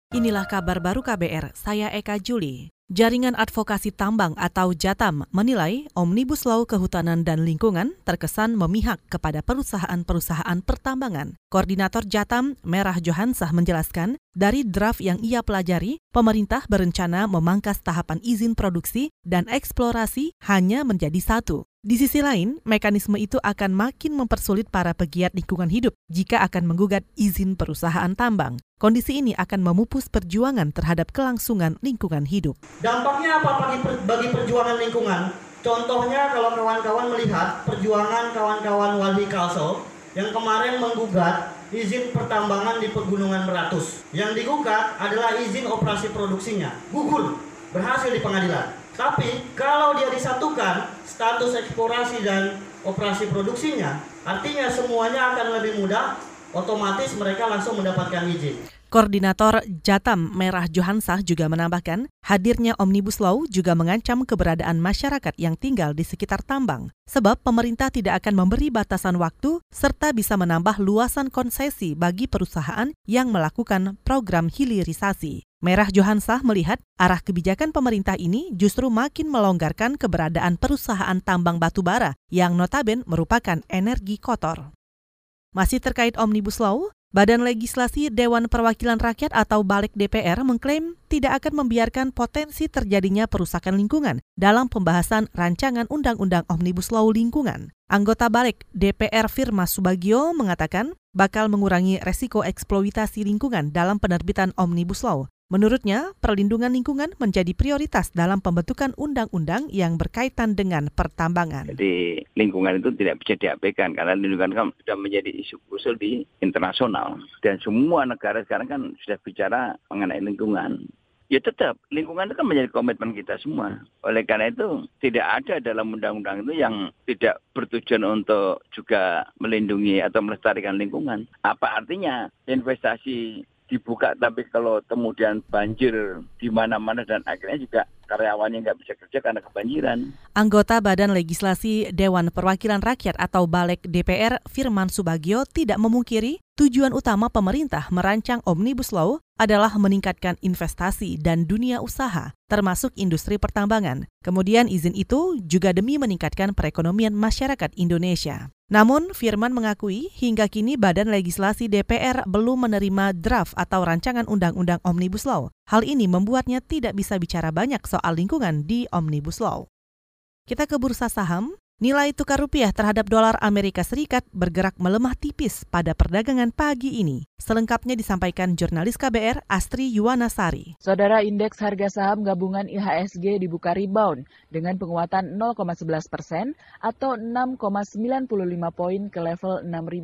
Inilah kabar baru KBR, saya Eka Juli. Jaringan Advokasi Tambang atau JATAM menilai Omnibus Law Kehutanan dan Lingkungan terkesan memihak kepada perusahaan-perusahaan pertambangan. Koordinator JATAM, Merah Johansah menjelaskan, dari draft yang ia pelajari, pemerintah berencana memangkas tahapan izin produksi dan eksplorasi hanya menjadi satu. Di sisi lain, mekanisme itu akan makin mempersulit para pegiat lingkungan hidup jika akan menggugat izin perusahaan tambang. Kondisi ini akan memupus perjuangan terhadap kelangsungan lingkungan hidup. Dampaknya apa bagi perjuangan lingkungan? Contohnya kalau kawan-kawan melihat perjuangan kawan-kawan Walhi Kalsel yang kemarin menggugat izin pertambangan di Pegunungan Meratus. Yang digugat adalah izin operasi produksinya. Gugur, berhasil di pengadilan. Tapi kalau dia disatukan status eksplorasi dan operasi produksinya, artinya semuanya akan lebih mudah, otomatis mereka langsung mendapatkan izin. Koordinator JATAM Merah Johansah juga menambahkan, hadirnya Omnibus Law juga mengancam keberadaan masyarakat yang tinggal di sekitar tambang. Sebab pemerintah tidak akan memberi batasan waktu serta bisa menambah luasan konsesi bagi perusahaan yang melakukan program hilirisasi. Merah Johansah melihat arah kebijakan pemerintah ini justru makin melonggarkan keberadaan perusahaan tambang batubara yang notabene merupakan energi kotor. Masih terkait Omnibus Law, Badan Legislasi Dewan Perwakilan Rakyat atau BALEK DPR mengklaim tidak akan membiarkan potensi terjadinya perusakan lingkungan dalam pembahasan rancangan Undang-Undang Omnibus Law Lingkungan. Anggota BALEK DPR Firmas Subagio mengatakan bakal mengurangi resiko eksploitasi lingkungan dalam penerbitan Omnibus Law. Menurutnya, perlindungan lingkungan menjadi prioritas dalam pembentukan undang-undang yang berkaitan dengan pertambangan. Jadi lingkungan itu tidak bisa diabaikan karena lingkungan kan sudah menjadi isu krusial di internasional. Dan semua negara sekarang kan sudah bicara mengenai lingkungan. Ya tetap, lingkungan itu kan menjadi komitmen kita semua. Oleh karena itu, tidak ada dalam undang-undang itu yang tidak bertujuan untuk juga melindungi atau melestarikan lingkungan. Apa artinya investasi dibuka, tapi kalau kemudian banjir di mana-mana dan akhirnya juga karyawannya nggak bisa kerja karena kebanjiran. Anggota Badan Legislasi Dewan Perwakilan Rakyat atau BALEK DPR Firman Subagio tidak memungkiri tujuan utama pemerintah merancang Omnibus Law adalah meningkatkan investasi dan dunia usaha, termasuk industri pertambangan. Kemudian izin itu juga demi meningkatkan perekonomian masyarakat Indonesia. Namun, Firman mengakui hingga kini Badan Legislasi DPR belum menerima draft atau rancangan Undang-Undang Omnibus Law. Hal ini membuatnya tidak bisa bicara banyak soal lingkungan di Omnibus Law. Kita ke bursa saham. Nilai tukar rupiah terhadap dolar Amerika Serikat bergerak melemah tipis pada perdagangan pagi ini. Selengkapnya disampaikan jurnalis KBR Astri Yuwanasari. Saudara, indeks harga saham gabungan IHSG dibuka rebound dengan penguatan 0,11% atau 6,95 poin ke level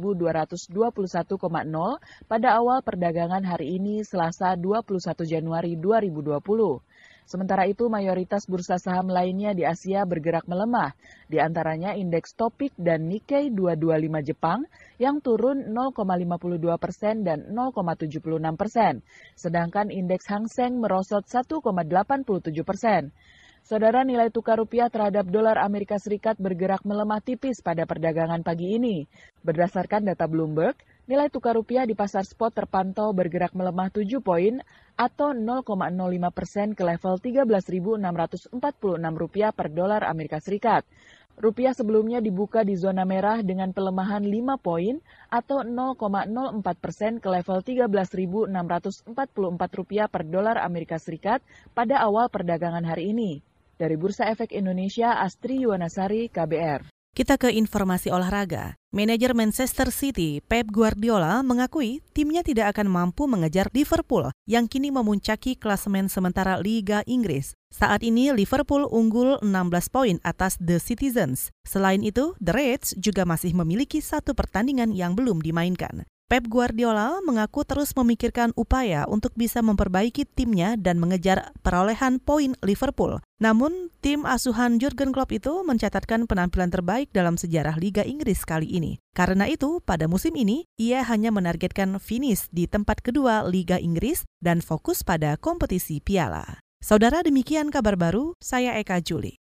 6.221,0 pada awal perdagangan hari ini Selasa 21 Januari 2020. Sementara itu, mayoritas bursa saham lainnya di Asia bergerak melemah, di antaranya indeks Topik dan Nikkei 225 Jepang yang turun 0,52% dan 0,76%, sedangkan indeks Hang Seng merosot 1,87%. Saudara, nilai tukar rupiah terhadap dolar Amerika Serikat bergerak melemah tipis pada perdagangan pagi ini. Berdasarkan data Bloomberg, nilai tukar rupiah di pasar spot terpantau bergerak melemah 7 poin atau 0,05% ke level Rp13.646 per dolar Amerika Serikat. Rupiah sebelumnya dibuka di zona merah dengan pelemahan 5 poin atau 0,04% ke level Rp13.644 per dolar Amerika Serikat pada awal perdagangan hari ini. Dari Bursa Efek Indonesia, Astri Yuwanasari, KBR. Kita ke informasi olahraga. Manajer Manchester City, Pep Guardiola, mengakui timnya tidak akan mampu mengejar Liverpool yang kini memuncaki klasemen sementara Liga Inggris. Saat ini Liverpool unggul 16 poin atas The Citizens. Selain itu, The Reds juga masih memiliki satu pertandingan yang belum dimainkan. Pep Guardiola mengaku terus memikirkan upaya untuk bisa memperbaiki timnya dan mengejar perolehan poin Liverpool. Namun, tim asuhan Jurgen Klopp itu mencatatkan penampilan terbaik dalam sejarah Liga Inggris kali ini. Karena itu, pada musim ini, ia hanya menargetkan finish di tempat kedua Liga Inggris dan fokus pada kompetisi piala. Saudara, demikian kabar baru, saya Eka Juli.